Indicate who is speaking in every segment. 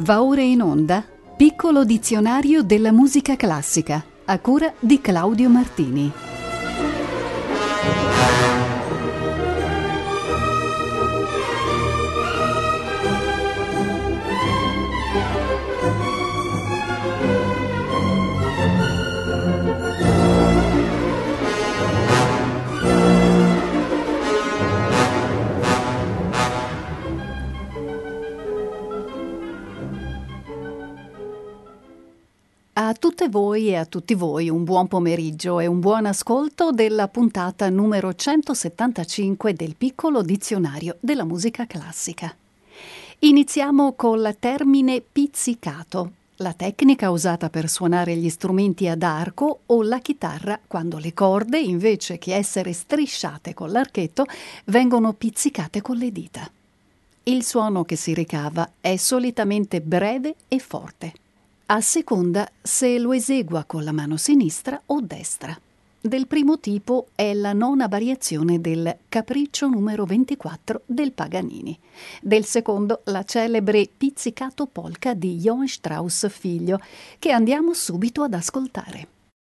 Speaker 1: Va ora in onda Piccolo dizionario della musica classica, a cura di Claudio Martini. A tutte voi e a tutti voi un buon pomeriggio e un buon ascolto della puntata numero 175 del Piccolo dizionario della musica classica. Iniziamo col termine pizzicato, la tecnica usata per suonare gli strumenti ad arco o la chitarra quando le corde, invece che essere strisciate con l'archetto, vengono pizzicate con le dita. Il suono che si ricava è solitamente breve e forte, a seconda se lo esegua con la mano sinistra o destra. Del primo tipo è la nona variazione del Capriccio numero 24 del Paganini. Del secondo la celebre Pizzicato polka di Johann Strauss figlio, che andiamo subito ad ascoltare.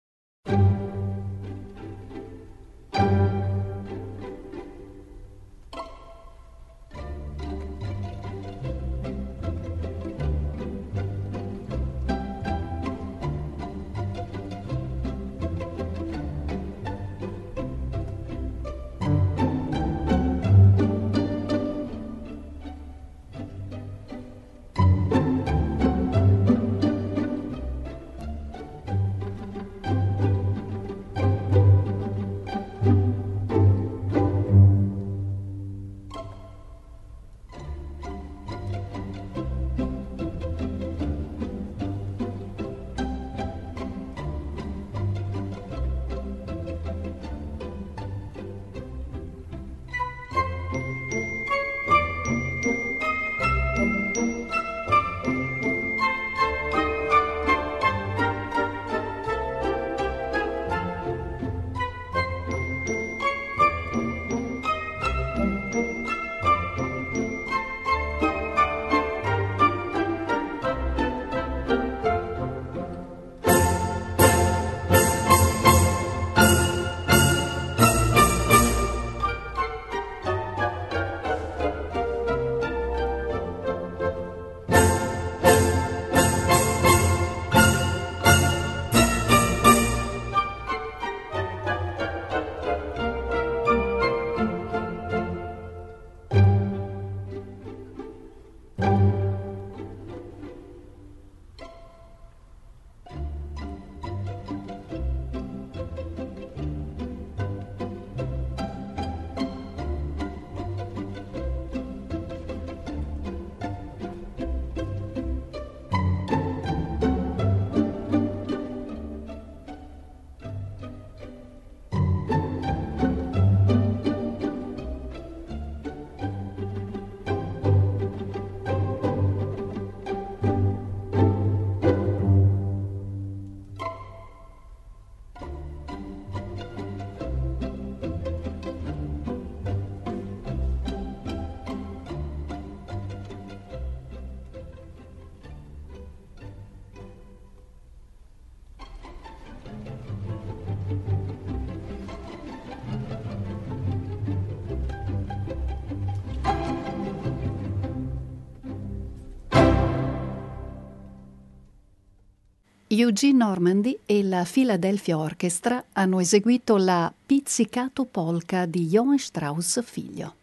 Speaker 1: Eugene Normandy e la Philadelphia Orchestra hanno eseguito la Pizzicato polka di Johann Strauss figlio.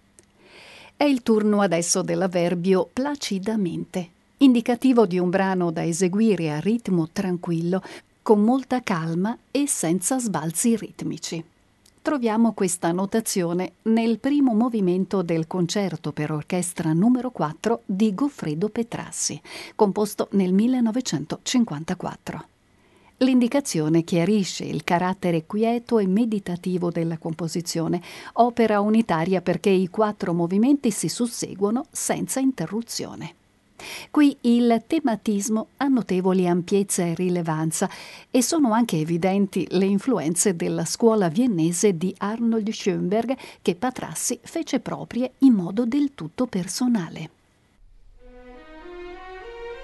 Speaker 1: È il turno adesso dell'avverbio placidamente, indicativo di un brano da eseguire a ritmo tranquillo, con molta calma e senza sbalzi ritmici. Troviamo questa notazione nel primo movimento del concerto per orchestra numero 4 di Goffredo Petrassi, composto nel 1954. L'indicazione chiarisce il carattere quieto e meditativo della composizione, opera unitaria perché i 4 movimenti si susseguono senza interruzione. Qui il tematismo ha notevoli ampiezza e rilevanza e sono anche evidenti le influenze della scuola viennese di Arnold Schoenberg che Patrassi fece proprie in modo del tutto personale.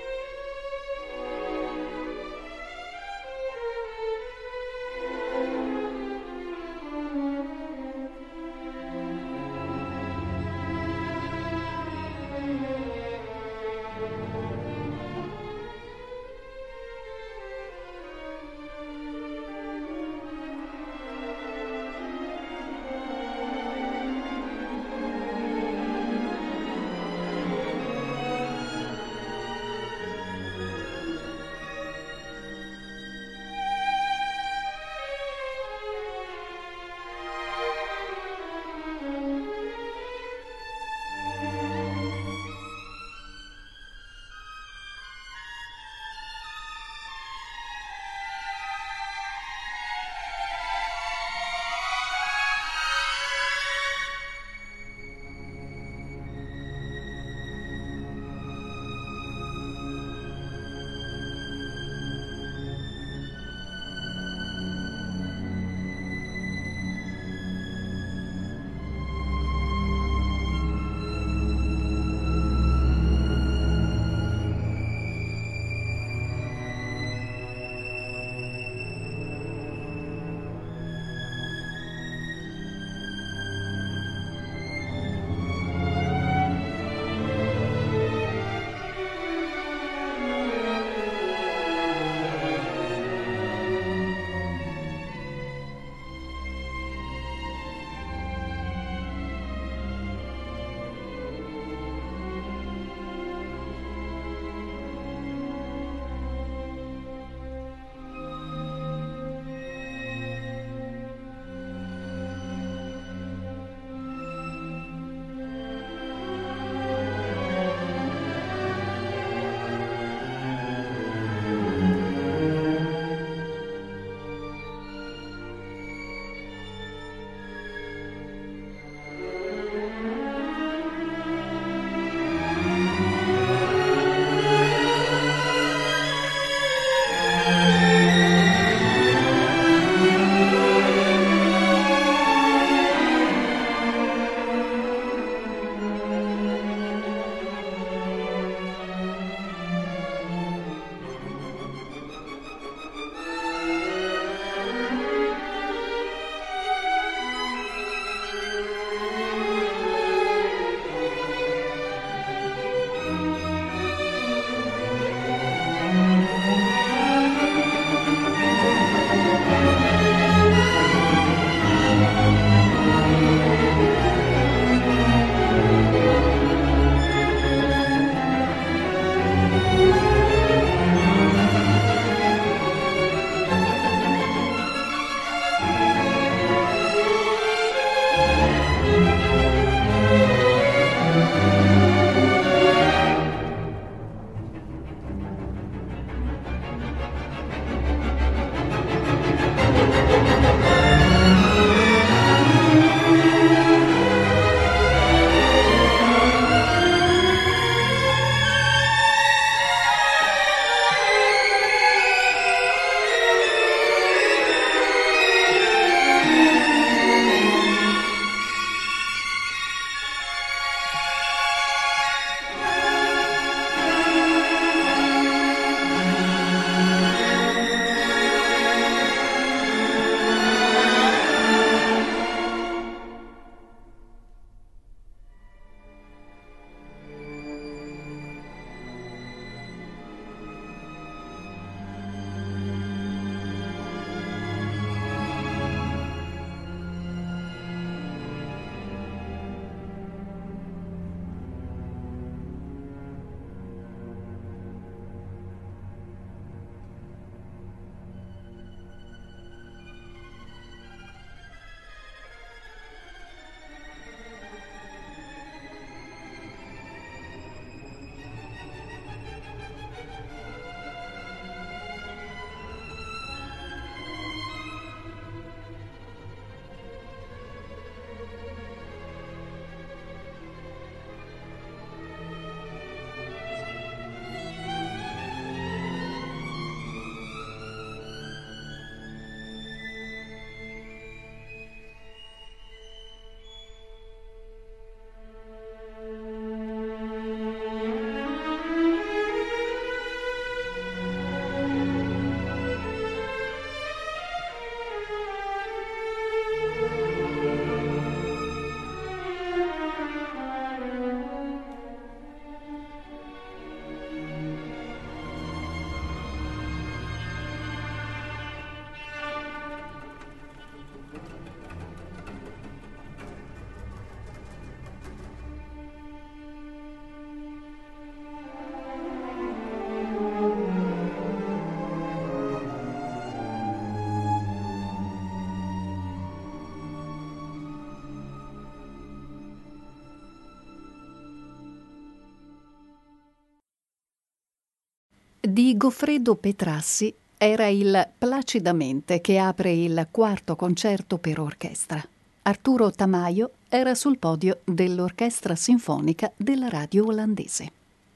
Speaker 1: Di Goffredo Petrassi era il Placidamente che apre il quarto concerto per orchestra. Arturo Tamayo era sul podio dell'Orchestra Sinfonica della radio olandese.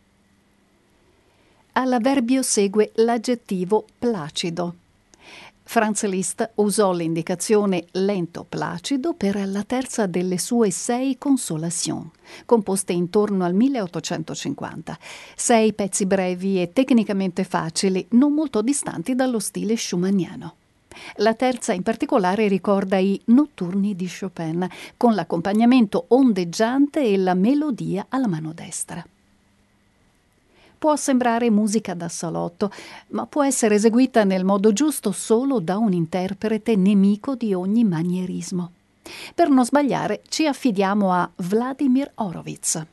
Speaker 1: All'avverbio segue l'aggettivo placido. Franz Liszt usò l'indicazione lento placido per la terza delle sue 6 consolation, composte intorno al 1850. 6 pezzi brevi e tecnicamente facili, non molto distanti dallo stile schumanniano. La terza in particolare ricorda i notturni di Chopin, con l'accompagnamento ondeggiante e la melodia alla mano destra. Può sembrare musica da salotto, ma può essere eseguita nel modo giusto solo da un interprete nemico di ogni manierismo. Per non sbagliare, ci affidiamo a Vladimir Horowitz.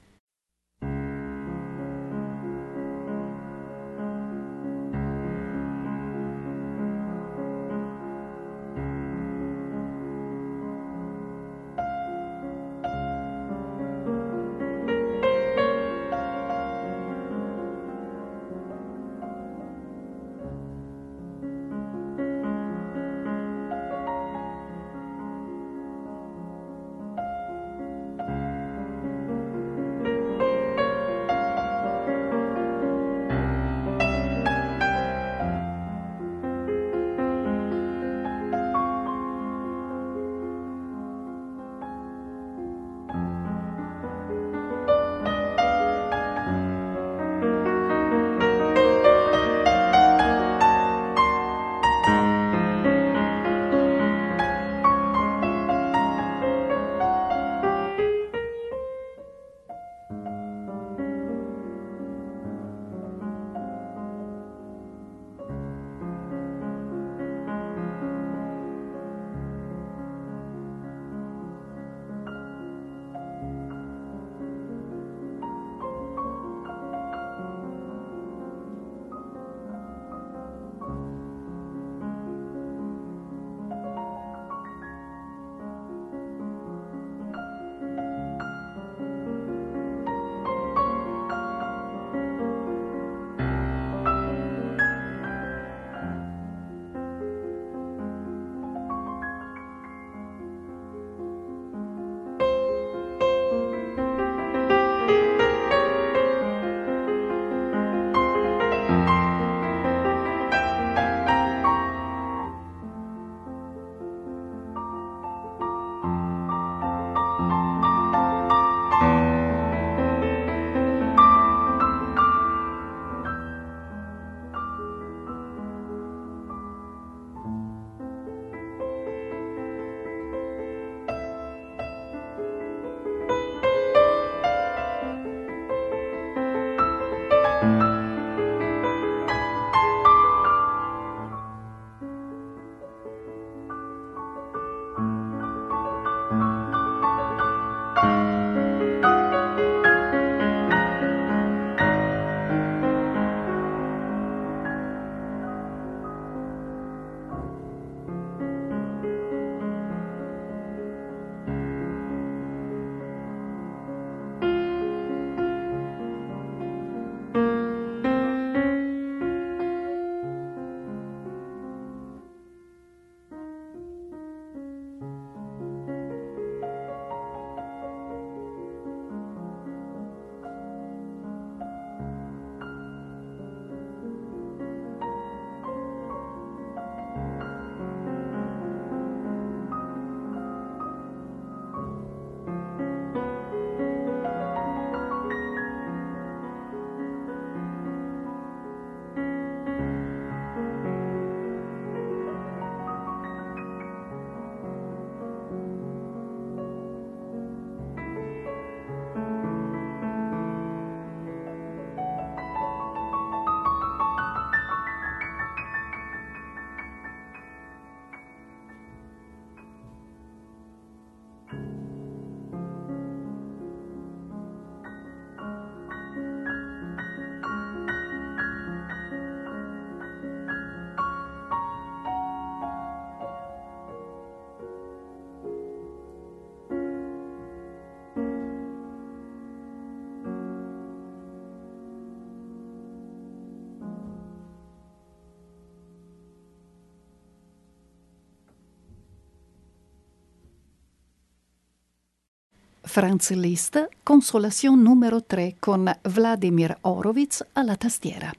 Speaker 1: Franz Liszt, Consolation numero 3 con Vladimir Horowitz alla tastiera.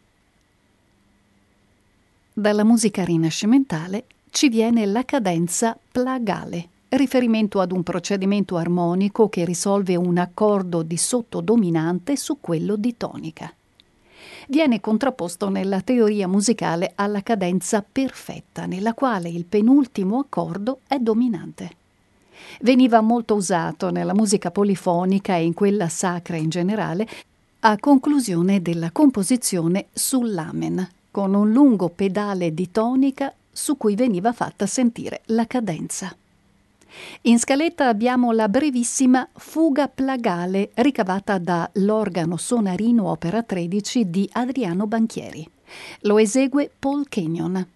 Speaker 1: Dalla musica rinascimentale ci viene la cadenza plagale, riferimento ad un procedimento armonico che risolve un accordo di sottodominante su quello di tonica. Viene contrapposto nella teoria musicale alla cadenza perfetta, nella quale il penultimo accordo è dominante. Veniva molto usato nella musica polifonica e in quella sacra in generale, a conclusione della composizione sull'amen, con un lungo pedale di tonica su cui veniva fatta sentire la cadenza. In scaletta abbiamo la brevissima fuga plagale ricavata dall'organo sonarino opera 13 di Adriano Banchieri. Lo esegue Paul Kenyon.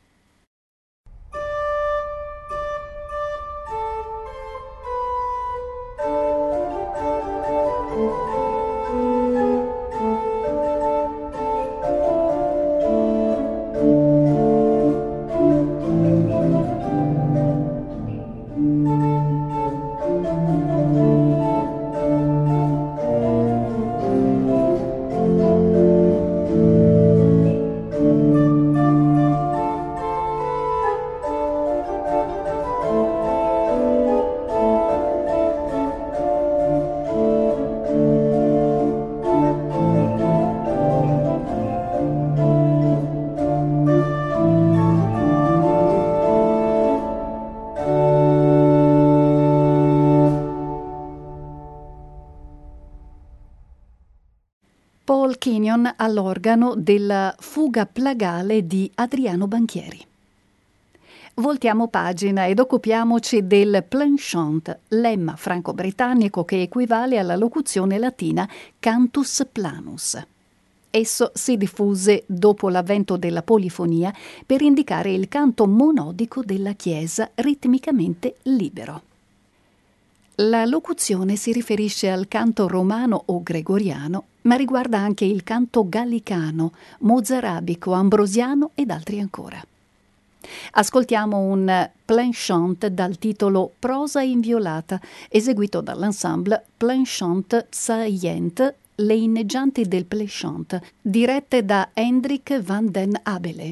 Speaker 1: Paul Kenyon all'organo della fuga plagale di Adriano Banchieri. Voltiamo pagina ed occupiamoci del plain-chant, lemma franco-britannico che equivale alla locuzione latina cantus planus. Esso si diffuse dopo l'avvento della polifonia per indicare il canto monodico della Chiesa ritmicamente libero. La locuzione si riferisce al canto romano o gregoriano, ma riguarda anche il canto gallicano, mozarabico, ambrosiano ed altri ancora. Ascoltiamo un plain-chant dal titolo Prosa inviolata, eseguito dall'ensemble Plain-chant Saillant, le inneggianti del plain-chant, dirette da Hendrik van den Abele.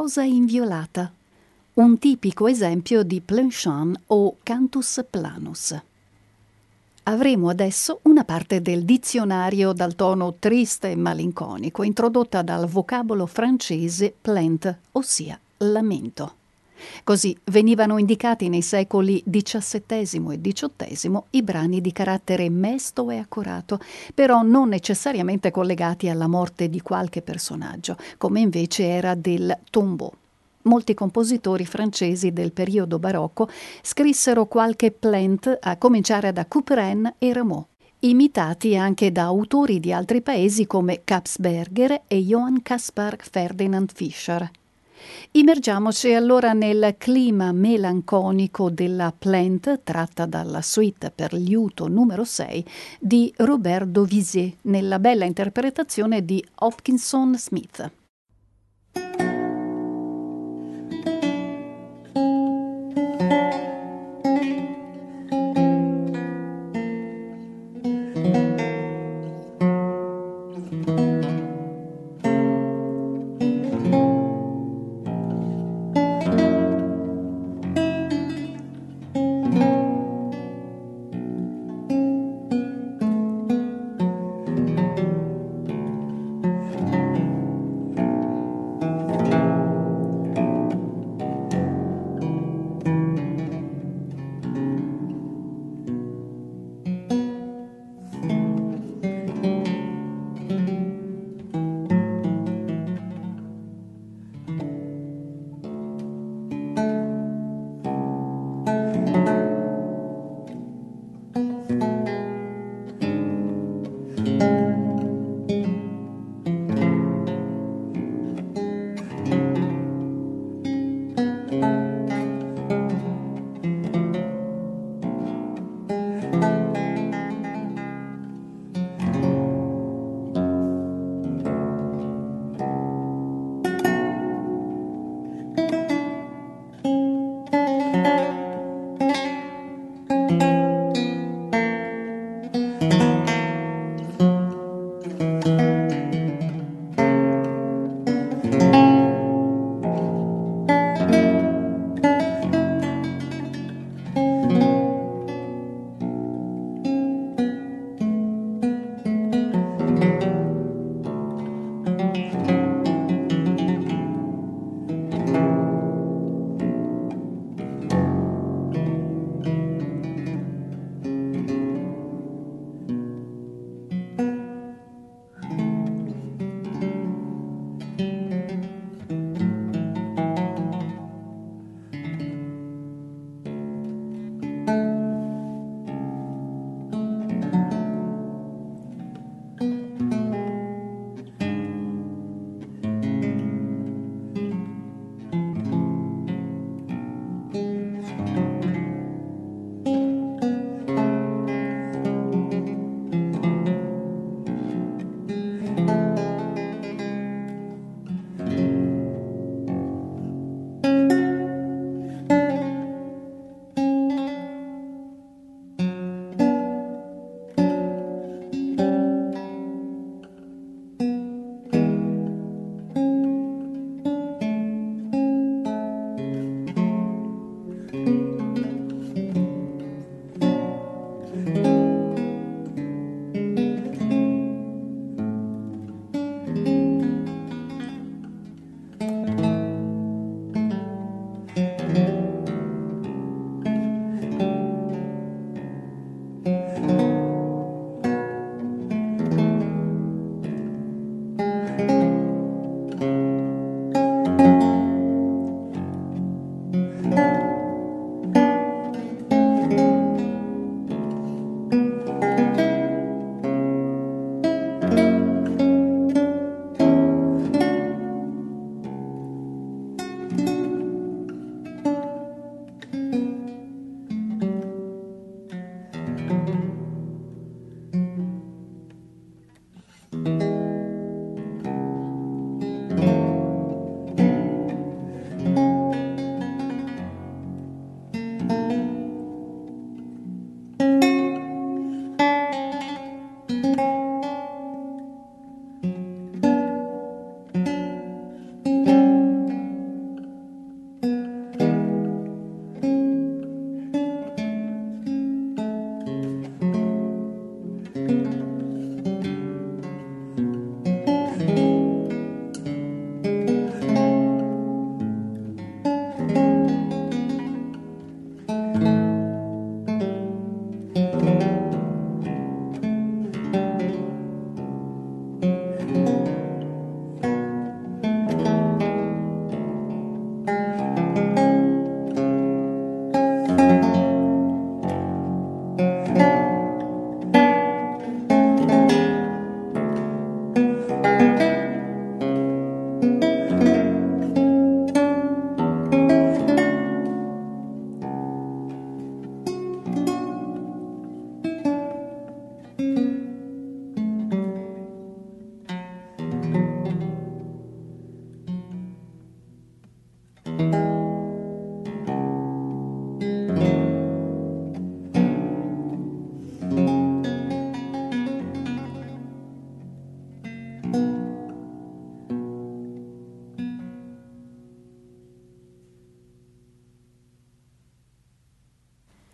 Speaker 1: Rosa inviolata, un tipico esempio di plein chant o cantus planus. Avremo adesso una parte del dizionario dal tono triste e malinconico, introdotta dal vocabolo francese plainte, ossia lamento. Così venivano indicati nei secoli XVII e XVIII i brani di carattere mesto e accorato, però non necessariamente collegati alla morte di qualche personaggio, come invece era del tombeau. Molti compositori francesi del periodo barocco scrissero qualche plainte, a cominciare da Couperin e Rameau, imitati anche da autori di altri paesi come Kapsberger e Johann Caspar Ferdinand Fischer. Immergiamoci allora nel clima melanconico della plainte tratta dalla suite per liuto numero 6 di Robert Dovizier nella bella interpretazione di Hopkinson Smith.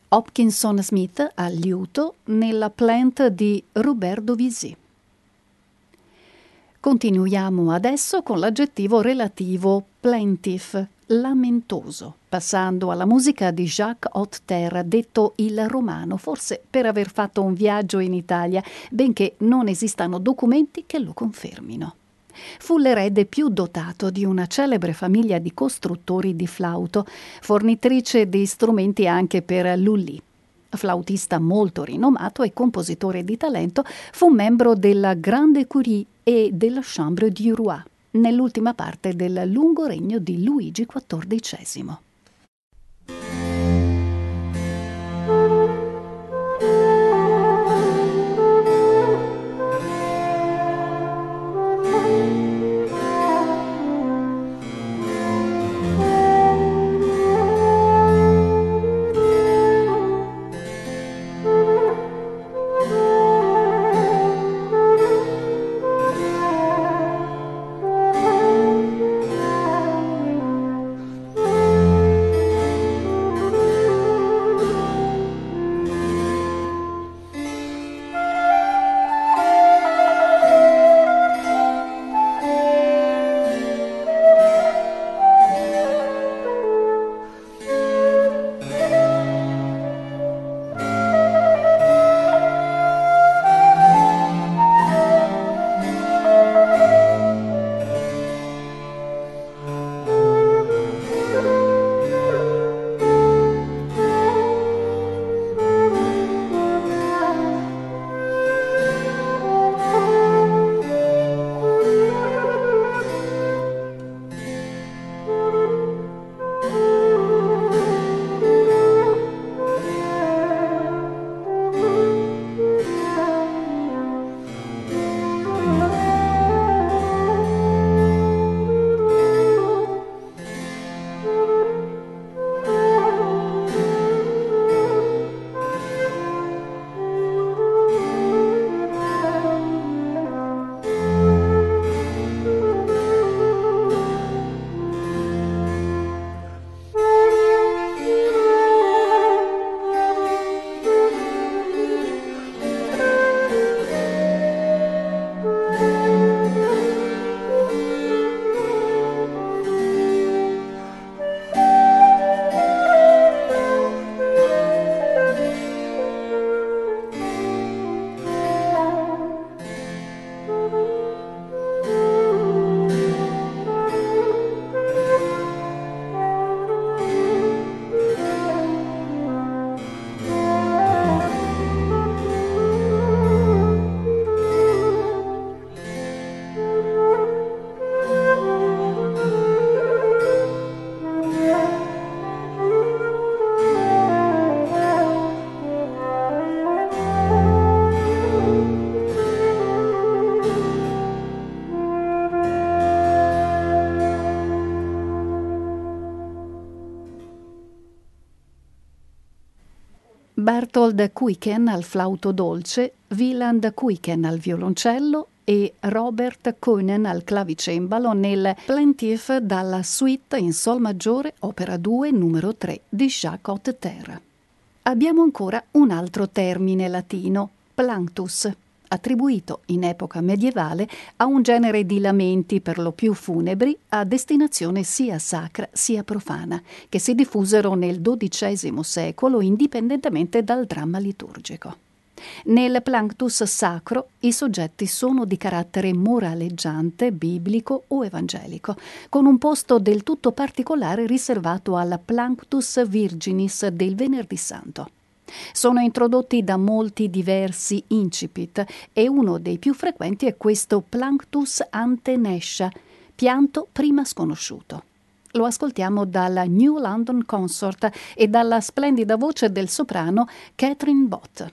Speaker 1: Hopkinson Smith al liuto nella Plainte di Robert Dovisy. Continuiamo adesso con l'aggettivo relativo plaintif, lamentoso, passando alla musica di Jacques Hotterre, detto il Romano, forse per aver fatto un viaggio in Italia, benché non esistano documenti che lo confermino. Fu l'erede più dotato di una celebre famiglia di costruttori di flauto, fornitrice di strumenti anche per l'Ully. Flautista molto rinomato e compositore di talento, fu membro della Grande Écurie e della Chambre du Roi, nell'ultima parte del lungo regno di Luigi XIV. Bertold Kuiken al flauto dolce, Wieland Kuiken al violoncello e Robert Koenen al clavicembalo nel Plaintif dalla suite in sol maggiore, opera 2, numero 3 di Jacques Hotterre. Abbiamo ancora un altro termine latino, planctus, attribuito in epoca medievale a un genere di lamenti per lo più funebri a destinazione sia sacra sia profana, che si diffusero nel XII secolo indipendentemente dal dramma liturgico. Nel planctus sacro i soggetti sono di carattere moraleggiante, biblico o evangelico, con un posto del tutto particolare riservato al planctus virginis del Venerdì Santo. Sono introdotti da molti diversi incipit e uno dei più frequenti è questo Planctus ante Nescia, pianto prima sconosciuto. Lo ascoltiamo dalla New London Consort e dalla splendida voce del soprano Catherine Bott.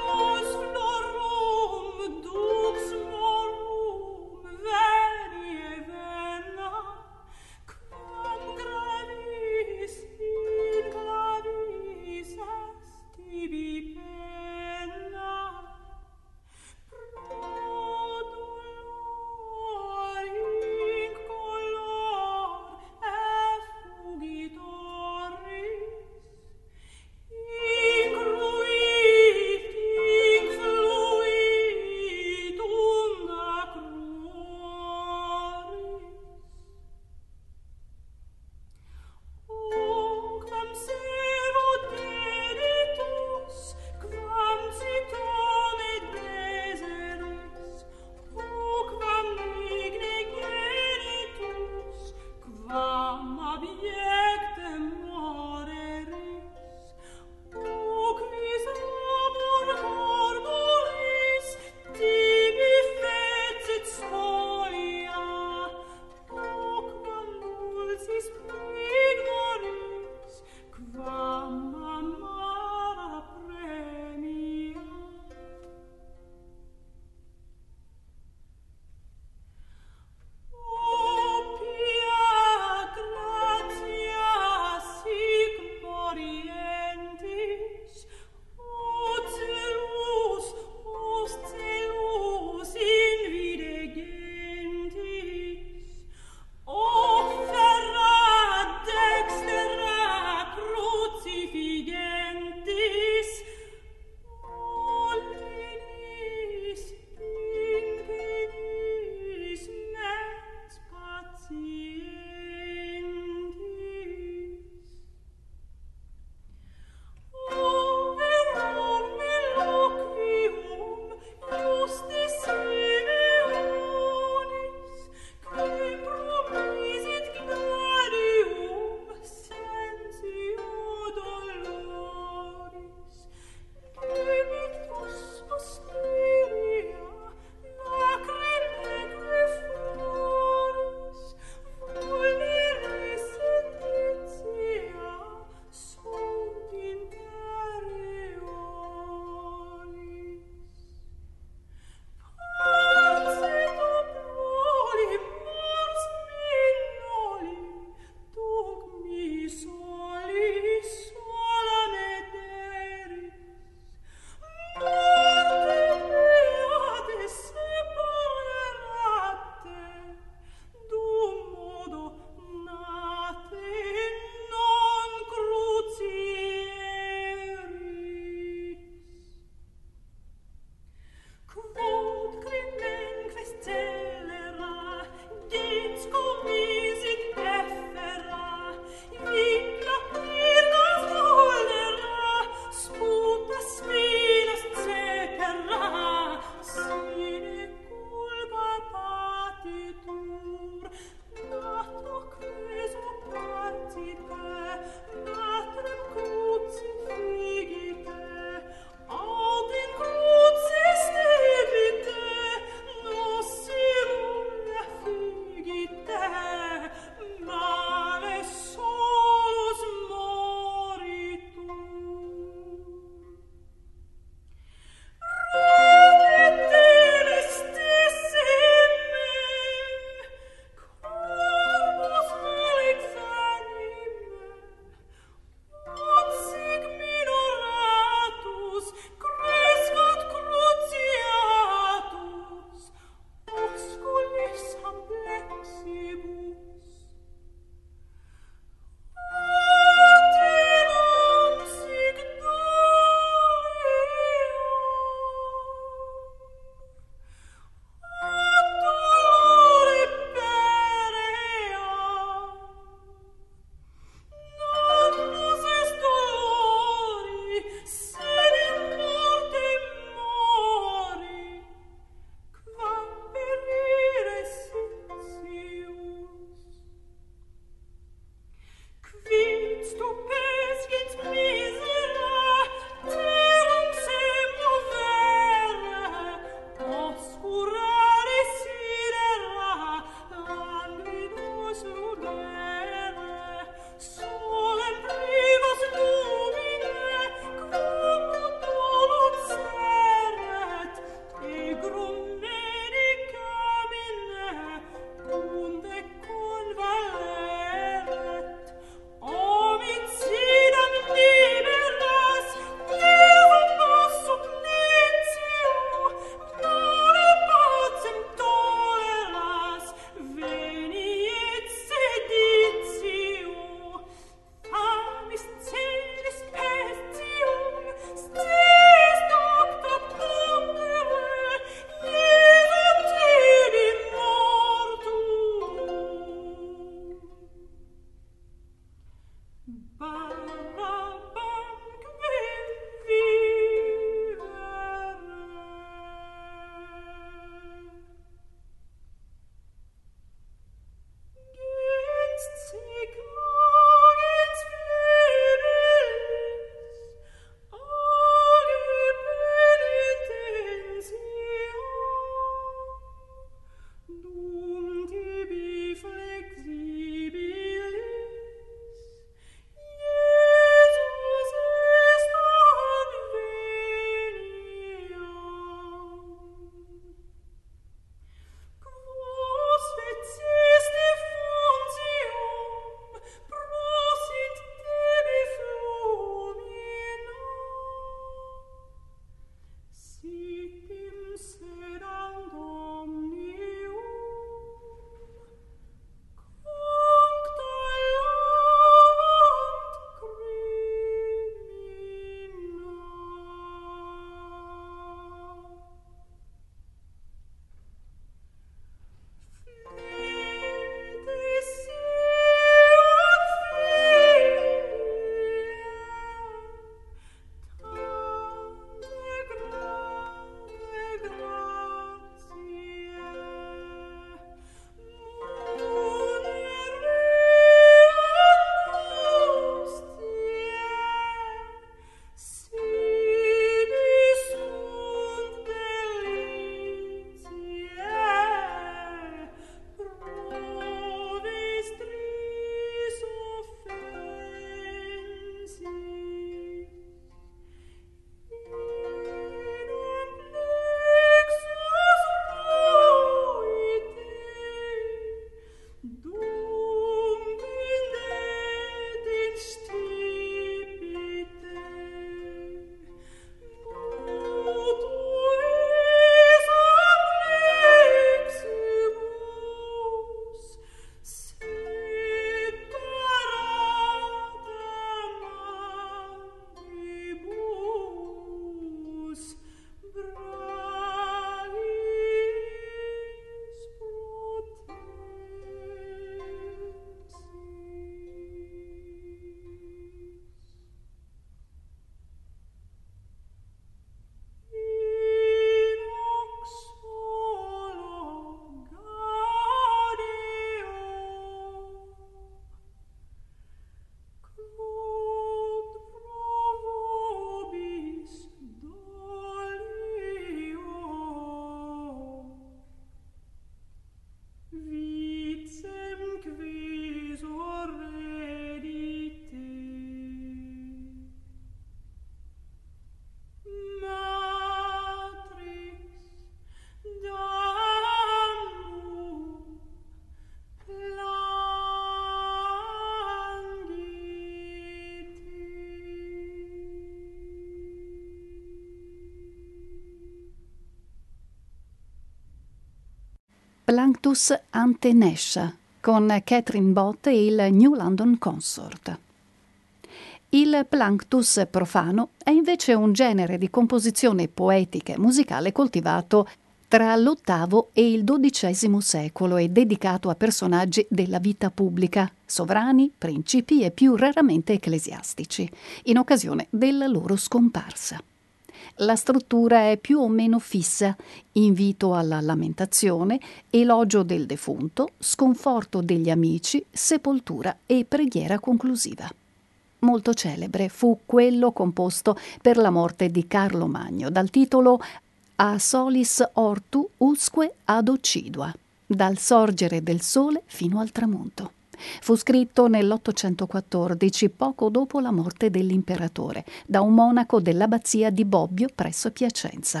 Speaker 1: Planctus ante Nescia, con Catherine Bott e il New London Consort. Il Planctus profano è invece un genere di composizione poetica e musicale coltivato tra l'VIII e il XII secolo e dedicato a personaggi della vita pubblica, sovrani, principi e più raramente ecclesiastici, in occasione della loro scomparsa. La struttura è più o meno fissa: invito alla lamentazione, elogio del defunto, sconforto degli amici, sepoltura e preghiera conclusiva. Molto celebre fu quello composto per la morte di Carlo Magno, dal titolo A solis ortu usque ad occidua, dal sorgere del sole fino al tramonto. Fu scritto nell'814, poco dopo la morte dell'imperatore, da un monaco dell'abbazia di Bobbio presso Piacenza.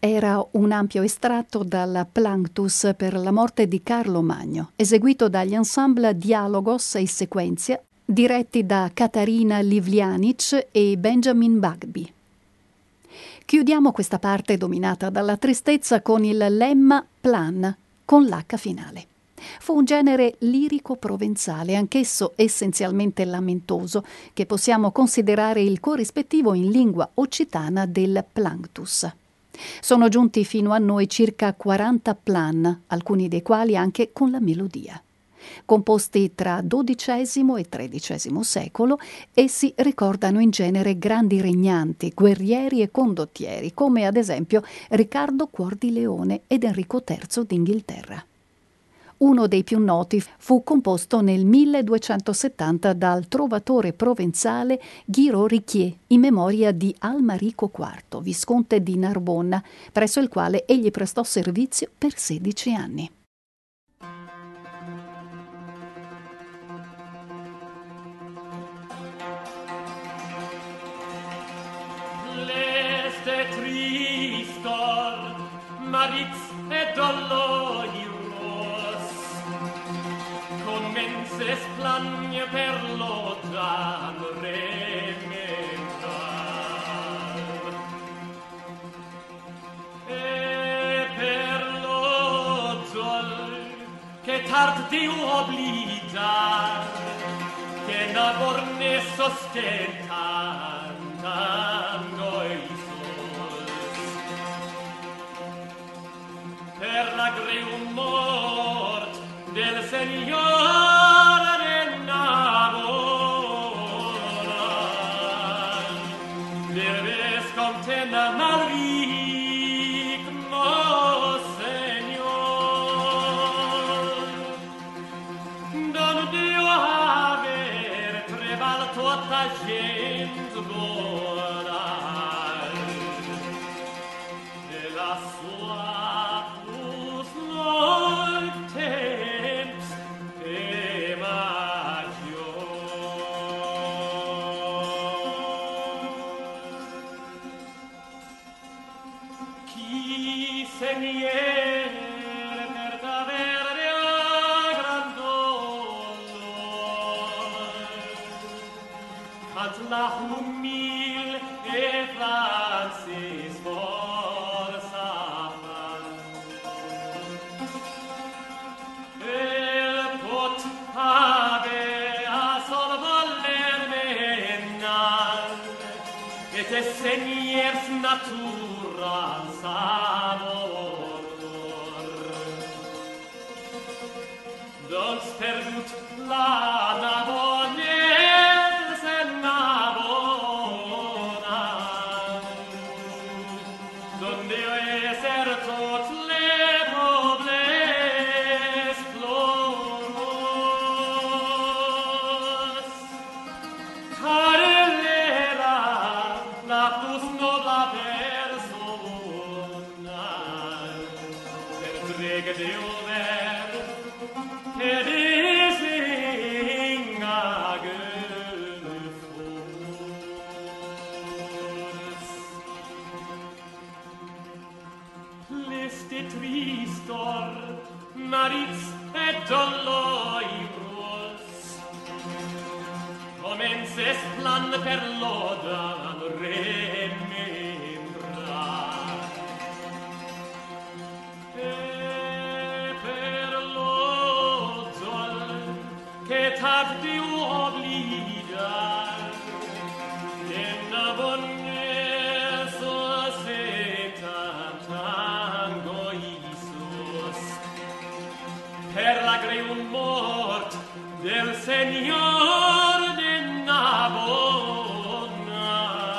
Speaker 1: era un ampio estratto dal Planctus per la morte di Carlo Magno, eseguito dagli ensemble Dialogos e Sequenzia, diretti da Katarina Livlianic e Benjamin Bagby. Chiudiamo questa parte dominata dalla tristezza con il lemma plan, con l'H finale. Fu un genere lirico-provenzale, anch'esso essenzialmente lamentoso, che possiamo considerare il corrispettivo in lingua occitana del Planctus. Sono giunti fino a noi circa 40 plan, alcuni dei quali anche con la melodia. Composti tra XII e XIII secolo, essi ricordano in genere grandi regnanti, guerrieri e condottieri, come ad esempio Riccardo Cuor di Leone ed Enrico III d'Inghilterra. Uno dei più noti fu composto nel 1270 dal trovatore provenzale Guiraud Riquier in memoria di Almarico IV, visconte di Narbona, presso il quale egli prestò servizio per 16 anni.
Speaker 2: L'este tristor, Maritz et dolloiros, commences plagne per l'odam remembrar. E per l'odol, che tard di oblidar, che nabor ne sostentan, per la greum mort del Signor de Navona, debes contena Malric, mo Signor, don Dio haver trebal tota gent bona, de la sua pus temps e maggior. Chi se nier per t'avere a gran dolor, cant la humil e Francis forza fan. El pot habe a sol voler menal, et esseniers natura savor. Dons perdut la navonel se navona, donde esser tot le pobles floros, care l'era la plus nobla persona, per drega de over, per isinga gefors. Leste tristor, Maritz et dolloiros, comences plan per l'odam remembrar. E per l'odol che tardi oblidar, in abonne societat tango Isus, per la greum mort del Signor de Navona,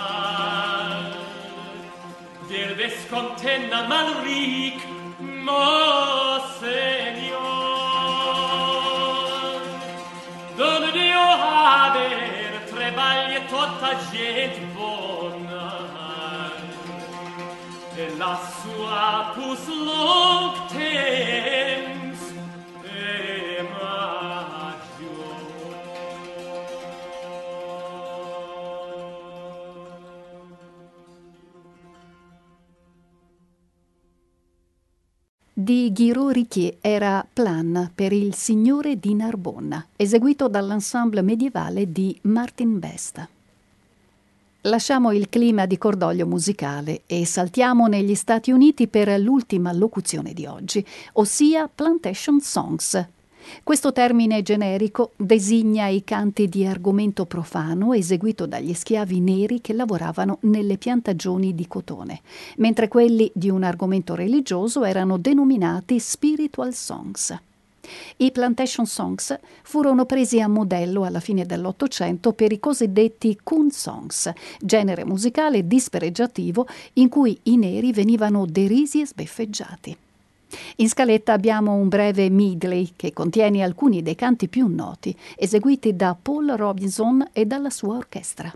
Speaker 2: del Vescontenna Malric, mo Signor, don Dio haver trebaglie tota gent bona, e la sua pus long temps e maggior.
Speaker 1: di Guiraud Riquier era Plan per il Signore di Narbonna, eseguito dall'ensemble medievale di Martin Best. Lasciamo il clima di cordoglio musicale e saltiamo negli Stati Uniti per l'ultima locuzione di oggi, ossia Plantation Songs. Questo termine generico designa i canti di argomento profano eseguito dagli schiavi neri che lavoravano nelle piantagioni di cotone, mentre quelli di un argomento religioso erano denominati spiritual songs. I Plantation Songs furono presi a modello alla fine dell'Ottocento per i cosiddetti coon songs, genere musicale dispregiativo in cui i neri venivano derisi e sbeffeggiati. In scaletta abbiamo un breve medley che contiene alcuni dei canti più noti, eseguiti da Paul Robinson e dalla sua orchestra.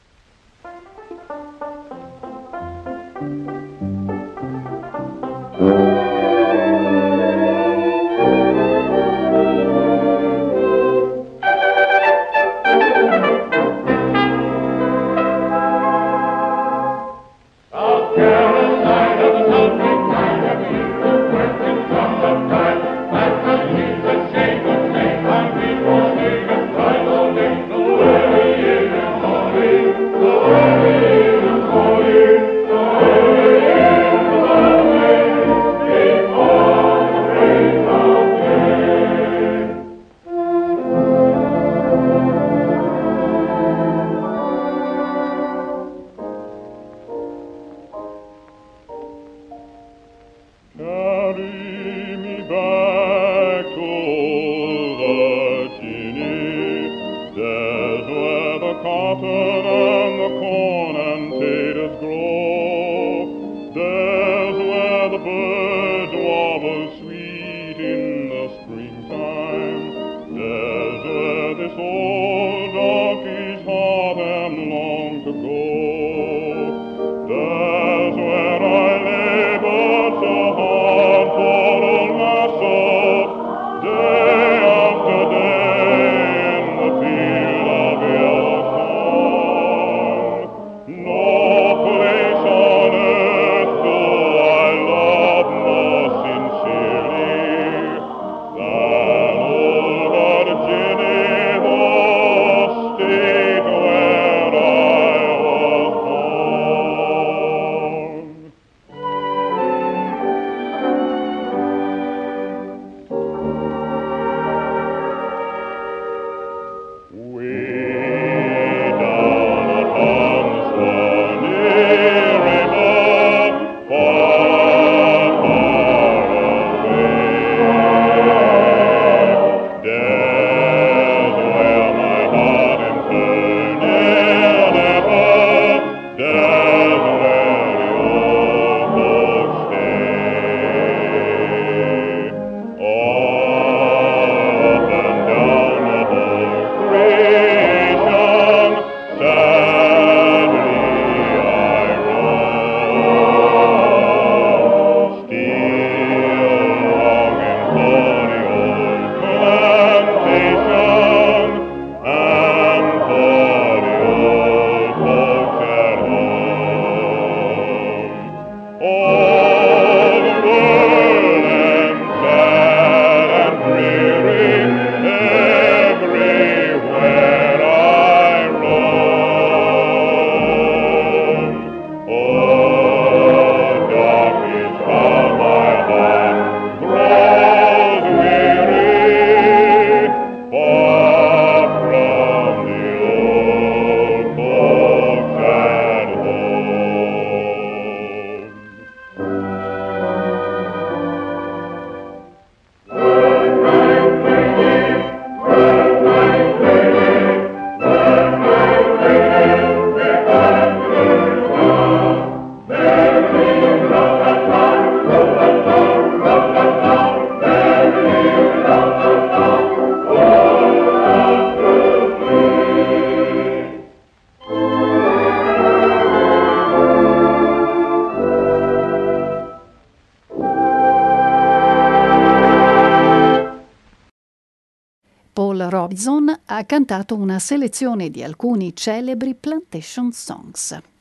Speaker 1: Paul Robinson ha cantato una selezione di alcuni celebri Plantation Songs.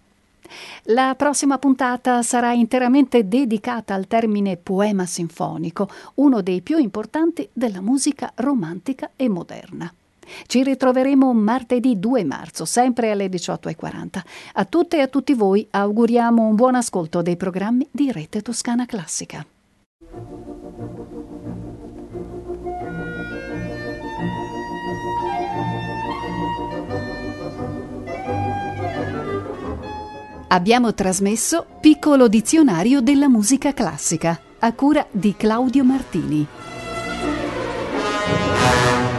Speaker 1: La prossima puntata sarà interamente dedicata al termine poema sinfonico, uno dei più importanti della musica romantica e moderna. Ci ritroveremo martedì 2 marzo, sempre alle 18:40. A tutte e a tutti voi auguriamo un buon ascolto dei programmi di Rete Toscana Classica. Abbiamo trasmesso Piccolo dizionario della musica classica, a cura di Claudio Martini.